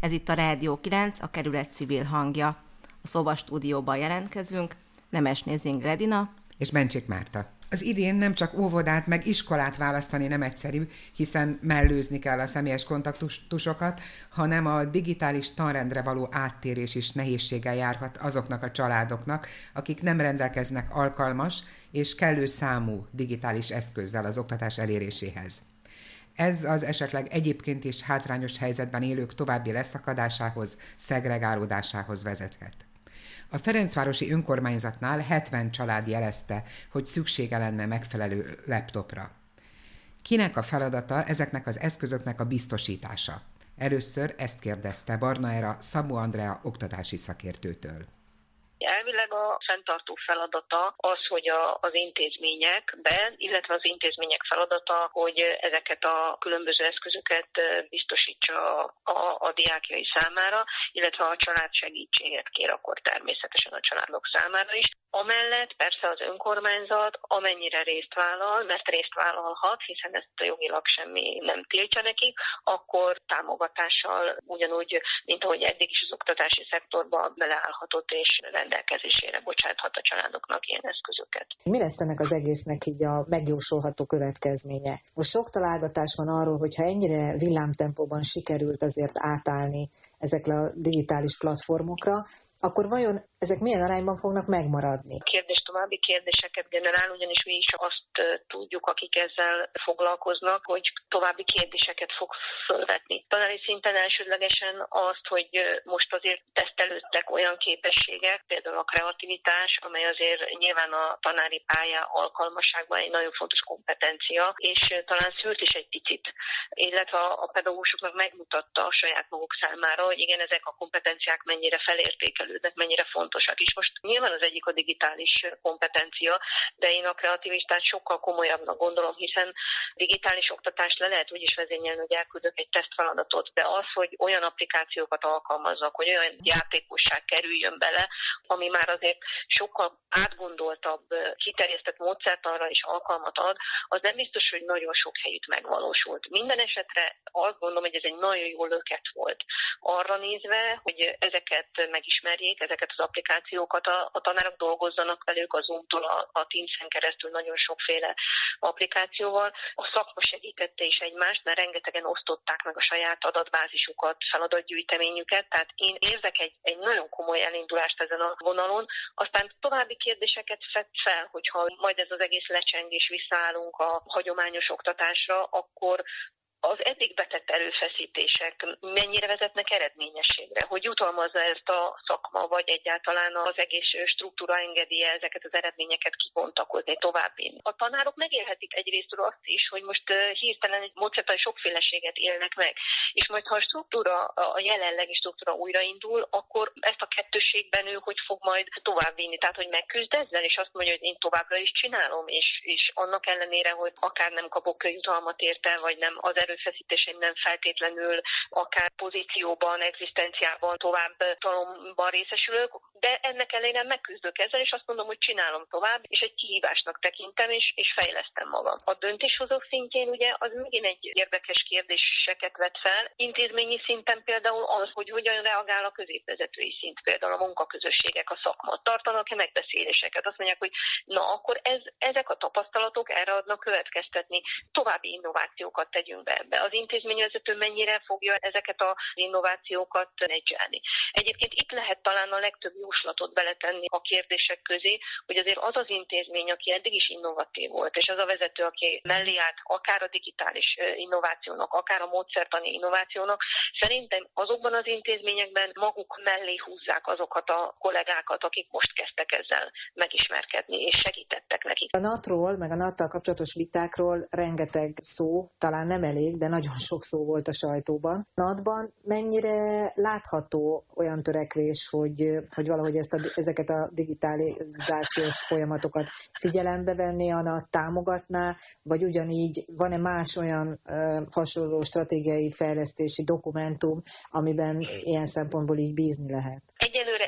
Ez itt a Rádió 9, a kerület civil hangja. A szobastúdióban jelentkezünk, Nemesné Zingr Edina és Bencsik Márta. Az idén nem csak óvodát, meg iskolát választani nem egyszerű, hiszen mellőzni kell a személyes kontaktusokat, hanem a digitális tanrendre való áttérés is nehézséggel járhat azoknak a családoknak, akik nem rendelkeznek alkalmas és kellő számú digitális eszközzel az oktatás eléréséhez. Ez az esetleg egyébként is hátrányos helyzetben élők további leszakadásához, szegregálódásához vezethet. A Ferencvárosi önkormányzatnál 70 család jelezte, hogy szüksége lenne megfelelő laptopra. Kinek a feladata ezeknek az eszközöknek a biztosítása? Először ezt kérdezte Barnaera Szabó Andrea oktatási szakértőtől. Elvileg a fenntartó feladata az, hogy az intézményekben, illetve az intézmények feladata, hogy ezeket a különböző eszközöket biztosítsa a diákjai számára, illetve a család segítséget kér, akkor természetesen a családok számára is. Amellett persze az önkormányzat amennyire részt vállal, mert részt vállalhat, hiszen ezt jogilag semmi nem tiltja nekik, akkor támogatással ugyanúgy, mint ahogy eddig is az oktatási szektorban beleállhatott és rendelkezésére bocsáthat a családoknak ilyen eszközöket. Mi lesz ennek az egésznek így a megjósolható következménye? Most sok találgatás van arról, hogyha ennyire villámtempóban sikerült azért átállni ezekre a digitális platformokra, akkor vajon ezek milyen arányban fognak megmaradni? További kérdéseket generál, ugyanis mi is azt tudjuk, akik ezzel foglalkoznak, hogy további kérdéseket fog fölvetni. Tanári szinten elsődlegesen azt, hogy most azért tesztelődtek olyan képességek, például a kreativitás, amely azért nyilván a tanári pálya alkalmasságban egy nagyon fontos kompetencia, és talán szült is egy picit, illetve a pedagógusoknak megmutatta a saját maguk számára, hogy igen, ezek a kompetenciák mennyire felértékelődnek, mennyire fontosak is. Most nyilván az egyik a digitális kompetencia, de én a kreativitást sokkal komolyabbnak gondolom, hiszen digitális oktatást le lehet úgy is vezényelni, hogy elküldök egy tesztfeladatot, de az, hogy olyan applikációkat alkalmazzak, hogy olyan játékosság kerüljön bele, ami már azért sokkal átgondoltabb, kiterjesztett módszertanra is alkalmat ad, az nem biztos, hogy nagyon sok helyütt megvalósult. Minden esetre azt gondolom, hogy ez egy nagyon jó löket volt. Arra nézve, hogy ezeket megismerjék, ezeket az applikációkat a tanárok dolgozzanak velük, a Zoom-tól a Teams-en keresztül nagyon sokféle applikációval. A szakma segítette is egymást, mert rengetegen osztották meg a saját adatbázisukat, feladatgyűjteményüket, tehát én érzek egy nagyon komoly elindulást ezen a vonalon. Aztán további kérdéseket fed fel, hogyha majd ez az egész lecseng és visszaállunk a hagyományos oktatásra, akkor az eddig betett erőfeszítések mennyire vezetnek eredményességre, hogy jutalmazza ezt a szakma, vagy egyáltalán az egész struktúra engedi ezeket az eredményeket kibontakozni továbbvinni. A tanárok megélhetik egyrésztről azt is, hogy most hirtelen egy módszertani sokféleséget élnek meg, és majd ha a jelenlegi struktúra újraindul, akkor ezt a kettősségben ő hogy fog majd továbbvinni, tehát hogy megküzd ezzel, és azt mondja, hogy én továbbra is csinálom, és annak ellenére, hogy akár nem kapok jutalmat érte, vagy nem az erőfeszítéseim nem feltétlenül akár pozícióban, egzisztenciában, tovább talomban részesülök, de ennek ellenére megküzdök ezzel, és azt mondom, hogy csinálom tovább, és egy kihívásnak tekintem, és fejlesztem magam. A döntéshozók szintjén ugye az megint egy érdekes kérdéseket vet fel. Intézményi szinten például az, hogy hogyan reagál a középvezetői szint, például a munkaközösségek, a szakma. Tartanak-e megbeszéléseket? Azt mondják, hogy na, akkor ezek a tapasztalatok erre adnak következtetni. További innovációkat tegyünk be ebbe. Az intézményvezető mennyire fogja ezeket az innovációkat menedzselni. Egyébként itt lehet talán a legtöbb jóslatot beletenni a kérdések közé, hogy azért az az intézmény, aki eddig is innovatív volt, és az a vezető, aki mellé állt akár a digitális innovációnak, akár a módszertani innovációnak, szerintem azokban az intézményekben maguk mellé húzzák azokat a kollégákat, akik most kezdtek ezzel megismerkedni, és segítettek nekik. A NAT-ról, meg a NAT-tal kapcsolatos vitákról rengeteg szó, talán nem elég, de nagyon sok szó volt a sajtóban. NAT-ban mennyire látható olyan törekvés, hogy valahogy ezeket a digitalizációs folyamatokat figyelembe venné, a NAT támogatná, vagy ugyanígy van-e más olyan hasonló stratégiai fejlesztési dokumentum, amiben ilyen szempontból így bízni lehet? Egyelőre ez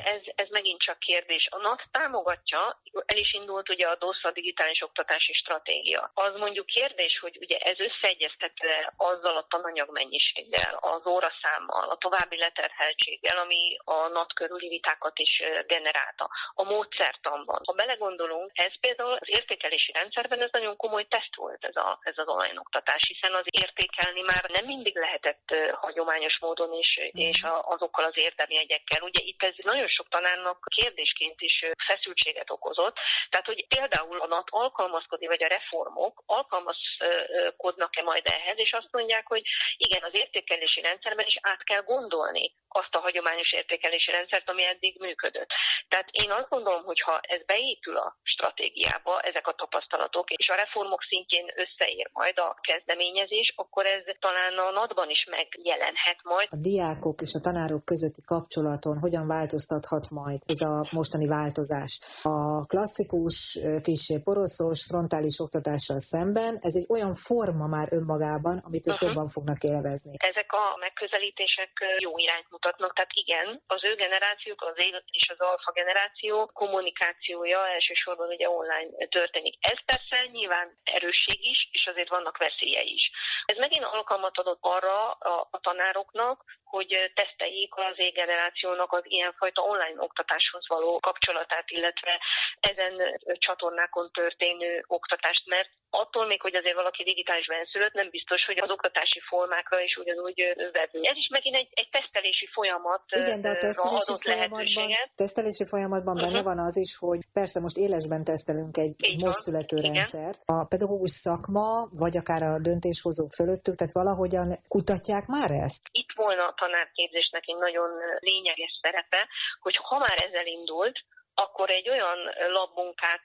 megint csak kérdés. A NAT támogatja, el is indult ugye a DOSZ, a digitális oktatási stratégia. Az mondjuk kérdés, hogy ugye ez összeegyeztető azzal a tananyagmennyiséggel, az óraszámmal, a további leterheltséggel, ami a NAT körüli vitákat is generálta. A módszertanban. Ha belegondolunk, ez például az értékelési rendszerben ez nagyon komoly teszt volt ez az online oktatás, hiszen az értékelni már nem mindig lehetett hagyományos módon és azokkal az érdemjegyekkel. Ugye itt ez nagyon sok tanárnak kérdésként is feszültséget okozott. Tehát, hogy például a NAT alkalmazkodik, vagy a reformok alkalmazkodnak-e majd ehhez, és azt mondják, hogy igen, az értékelési rendszerben is át kell gondolni azt a hagyományos értékelési rendszert, ami eddig működött. Tehát én azt gondolom, hogy ha ez beépül a stratégiába, ezek a tapasztalatok, és a reformok szintjén összeér majd a kezdeményezés, akkor ez talán a NAT-ban is megjelenhet majd. A diákok és a tanárok közötti kapcsolaton hogyan változtathat majd ez a mostani változás? A klasszikus, kissé poroszos, frontális oktatással szemben ez egy olyan forma már önmagában, amit ők jobban fognak élvezni. Ezek a megközelítések jó irányt mutatnak, tehát igen, az ő generációk, az év és az alfa generáció kommunikációja elsősorban ugye online történik. Ez persze nyilván erősség is, és azért vannak veszélyei is. Ez megint alkalmat adott arra a tanároknak, hogy teszteljék az generációnak az ilyenfajta online oktatáshoz való kapcsolatát, illetve ezen csatornákon történő oktatást, mert attól még, hogy azért valaki digitális benszülött, nem biztos, hogy az oktatási formákra is ugyanúgy vevő. Ez is megint egy tesztelési folyamat. Igen, de a tesztelési folyamatban benne van az is, hogy persze most élesben tesztelünk egy most születő rendszert. A pedagógus szakma, vagy akár a döntéshozók fölöttük, tehát valahogyan kutatják már ezt? Itt volna a tanárképzésnek egy nagyon lényeges szerepe, hogy ha már ezzel indult, akkor egy olyan labmunkát,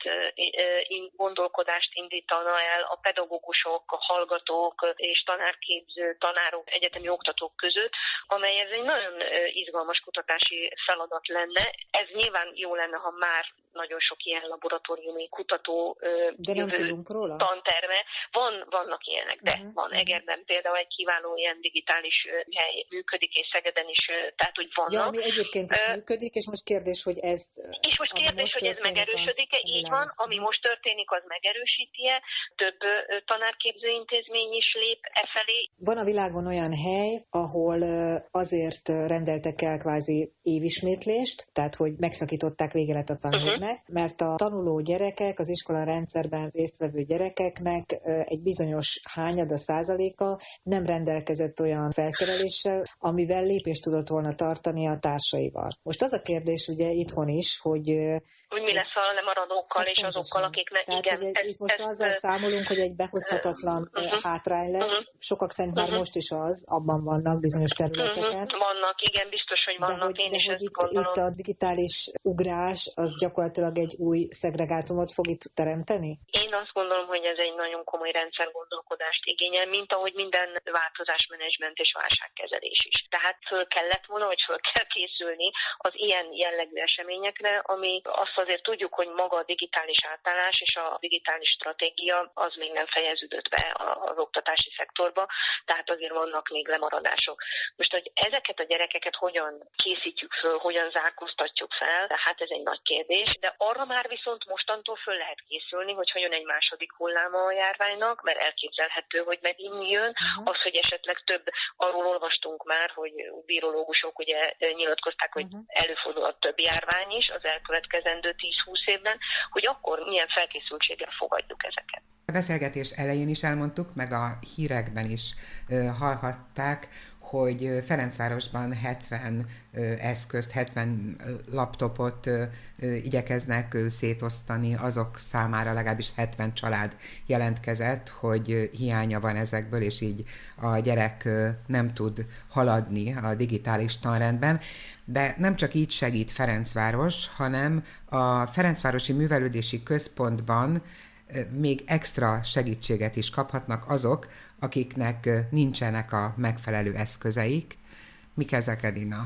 gondolkodást indítana el a pedagógusok, a hallgatók és tanárképző, tanárok, egyetemi oktatók között, amely ez egy nagyon izgalmas kutatási feladat lenne. Ez nyilván jó lenne, ha már nagyon sok ilyen laboratóriumi kutató de nem tudunk róla? Tanterme. Vannak ilyenek, de van. Egerben például egy kiváló ilyen digitális hely működik, és Szegeden is, tehát hogy vannak. Ja, ami egyébként is működik, és most kérdés, hogy ezt... És most kérdés, hogy ez megerősödik-e? Így van, ami most történik, az megerősíti-e? Több tanárképző intézmény is lép e felé. Van a világon olyan hely, ahol azért rendeltek el kvázi évismétlést, tehát hogy megszakították végelet a tanulónak, mert a tanuló gyerekek, az iskola rendszerben résztvevő gyerekeknek egy bizonyos hányada százaléka nem rendelkezett olyan felszereléssel, amivel lépést tudott volna tartani a társaival. Most az a kérdés ugye itthon is, hogy mi lesz a lemaradókkal és azokkal, akiknek... Tehát, igen, itt most azzal számolunk, hogy egy behozhatatlan hátrány lesz. Sokak szerint már most is az, abban vannak bizonyos területeken. Vannak, igen, biztos, hogy vannak. De hogy itt a digitális ugrás, az gyakorlatilag egy új szegregátumot fog itt teremteni? Én azt gondolom, hogy ez egy nagyon komoly rendszergondolkodást igényel, mint ahogy minden változásmenedzsment és válságkezelés is. Tehát föl kellett volna, vagy föl kell készülni az ilyen jellegű eseményekre, ami azt azért tudjuk, hogy maga a digitális átállás és a digitális stratégia az még nem fejeződött be az oktatási szektorba, tehát azért vannak még lemaradások. Most, hogy ezeket a gyerekeket hogyan készítjük föl, hogyan zárkóztatjuk fel, tehát ez egy nagy kérdés, de arra már viszont mostantól föl lehet készülni, hogyha jön egy második hulláma a járványnak, mert elképzelhető, hogy megint jön. Az, hogy esetleg arról olvastunk már, hogy virológusok ugye nyilatkozták, hogy előfordulhat több járvány is az elkövetkezendő 10-20 évben, hogy akkor milyen felkészültséggel fogadjuk ezeket. A beszélgetés elején is elmondtuk, meg a hírekben is hallhatták, hogy Ferencvárosban 70 eszközt, 70 laptopot igyekeznek szétosztani azok számára, legalábbis 70 család jelentkezett, hogy hiánya van ezekből, és így a gyerek nem tud haladni a digitális tanrendben. De nem csak így segít Ferencváros, hanem a Ferencvárosi Művelődési Központban még extra segítséget is kaphatnak azok, akiknek nincsenek a megfelelő eszközeik. Mik ezek, Edina?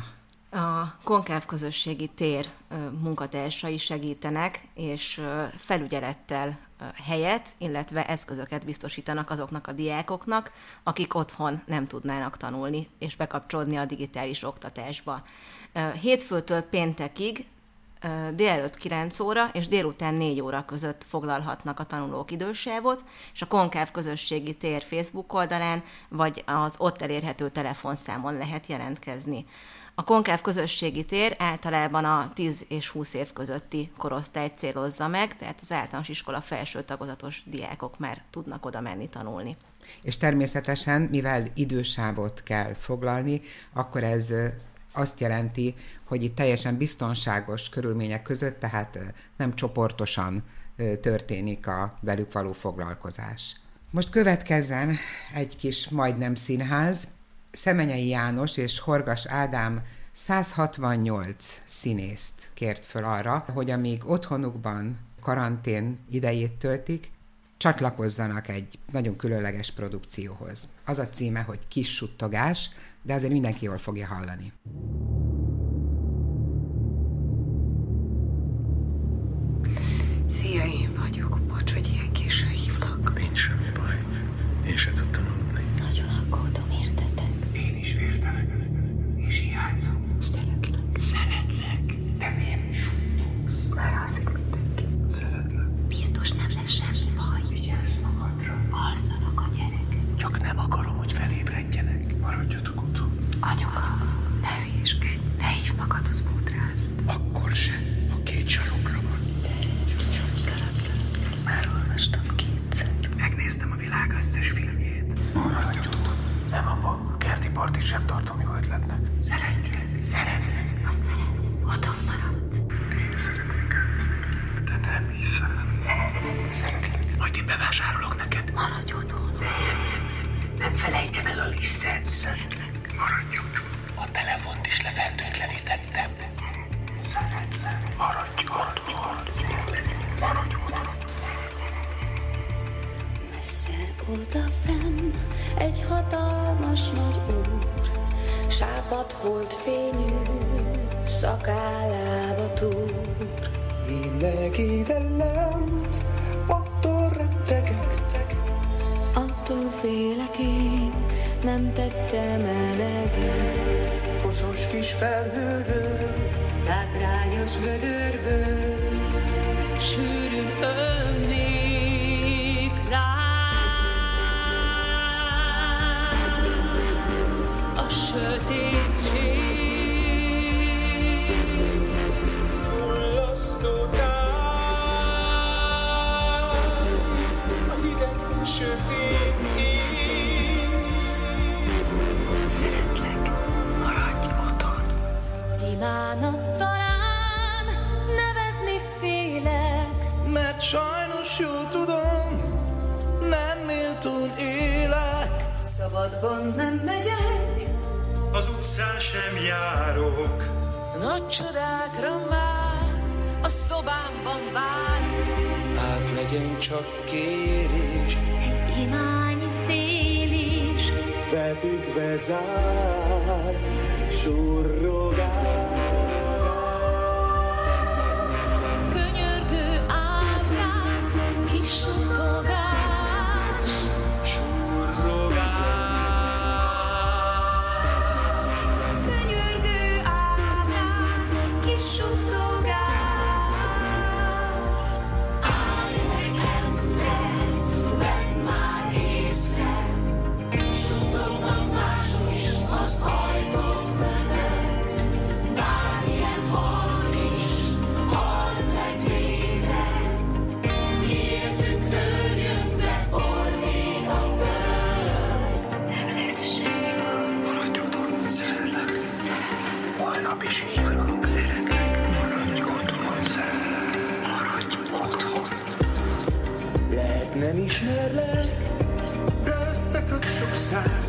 A konkáv közösségi tér munkatársai segítenek, és felügyelettel helyet, illetve eszközöket biztosítanak azoknak a diákoknak, akik otthon nem tudnának tanulni és bekapcsolódni a digitális oktatásba. Hétfőtől péntekig délelőtt 9 óra és délután 4 óra között foglalhatnak a tanulók idősávot, és a Konkáv Közösségi Tér Facebook oldalán, vagy az ott elérhető telefonszámon lehet jelentkezni. A Konkáv Közösségi Tér általában a 10 és 20 év közötti korosztályt célozza meg, tehát az általános iskola felső tagozatos diákok már tudnak oda menni tanulni. És természetesen, mivel idősávot kell foglalni, akkor ez azt jelenti, hogy itt teljesen biztonságos körülmények között, tehát nem csoportosan történik a velük való foglalkozás. Most következzen egy kis majdnem színház. Szemenyei János és Horgas Ádám 168 színészt kért föl arra, hogy amíg otthonukban karantén idejét töltik, csatlakozzanak egy nagyon különleges produkcióhoz. Az a címe, hogy Kis suttogás, de azért mindenki jól fogja hallani. Szia, én vagyok. Bocs, hogy ilyen későn hívlak. Nincs semmi baj. Én sem tudtam aludni. Nagyon aggódom, értetek? Én is vértelek. És hiányzom. Szeretlek. De miért suttogsz? Már alszik mindenki. Szeretlek. Biztos nem lesz semmi baj. Vigyázz magadra. Alszanak a gyerekek. Csak nem akarom, hogy felébredjenek. Maradjatok otthon. Anyuka, ne hülyéskedj. Ne hívj magadhoz búdrászt. Akkor se, ha 2 sarokra van. Szeretlek. Már olvastam 2-szer. Megnéztem a világ összes filmjét. Maradjatok. Nem, apa. A kerti partit sem tartom jó ötletnek. Szeretlek. Ha szeretsz, otthon maradsz. Én szeretlek. De nem hiszem. Szeretlek. Majd én bevásárolok neked. Maradj otthon. Nem felejtem el a lisztet. Szeretlek. Maradjunk. A telefont is lefertőtlenítettem. Szeretlek. Maradj otthon. Maradj otthon. Messze odafenn egy hatalmas nagy úr, sápadt holdfényű szakállába túr. Én meg ide lent, attól rettegek. Attól félek én, nem tettem eleget. Koszos kis felhőről, Látrányos vödörből sűrűn ömlik rám a sötétség. fullasztó tár, a hideg sötét ég. Szeretlek. Maradj otthon. Imának talán nevezni félek, Mert sajnos jól tudom, nem méltón élek. szabadban nem megyek, Az utcán sem járok, Nagy csodákra már a szobámban vár. hát legyen csak kérés, Imányi félés, betűkbe zárt surrogás. könyörgő ábrát, kis suttogás. Könyörgő ábrát, kis suttogás. Állj meg endre, vedd már észre, suttognak mások is az ajtók mögött. Bármilyen hang is, halld meg végre, miértük törjön be orrét a föld. Nem lesz semmi baj. Maradj otthon, szeretlek. Holnap is hívlak. Szeretlek. Maradj otthon, szeretlek. Maradj otthon. Lehet nem ismerlek, de összeköt sok szár.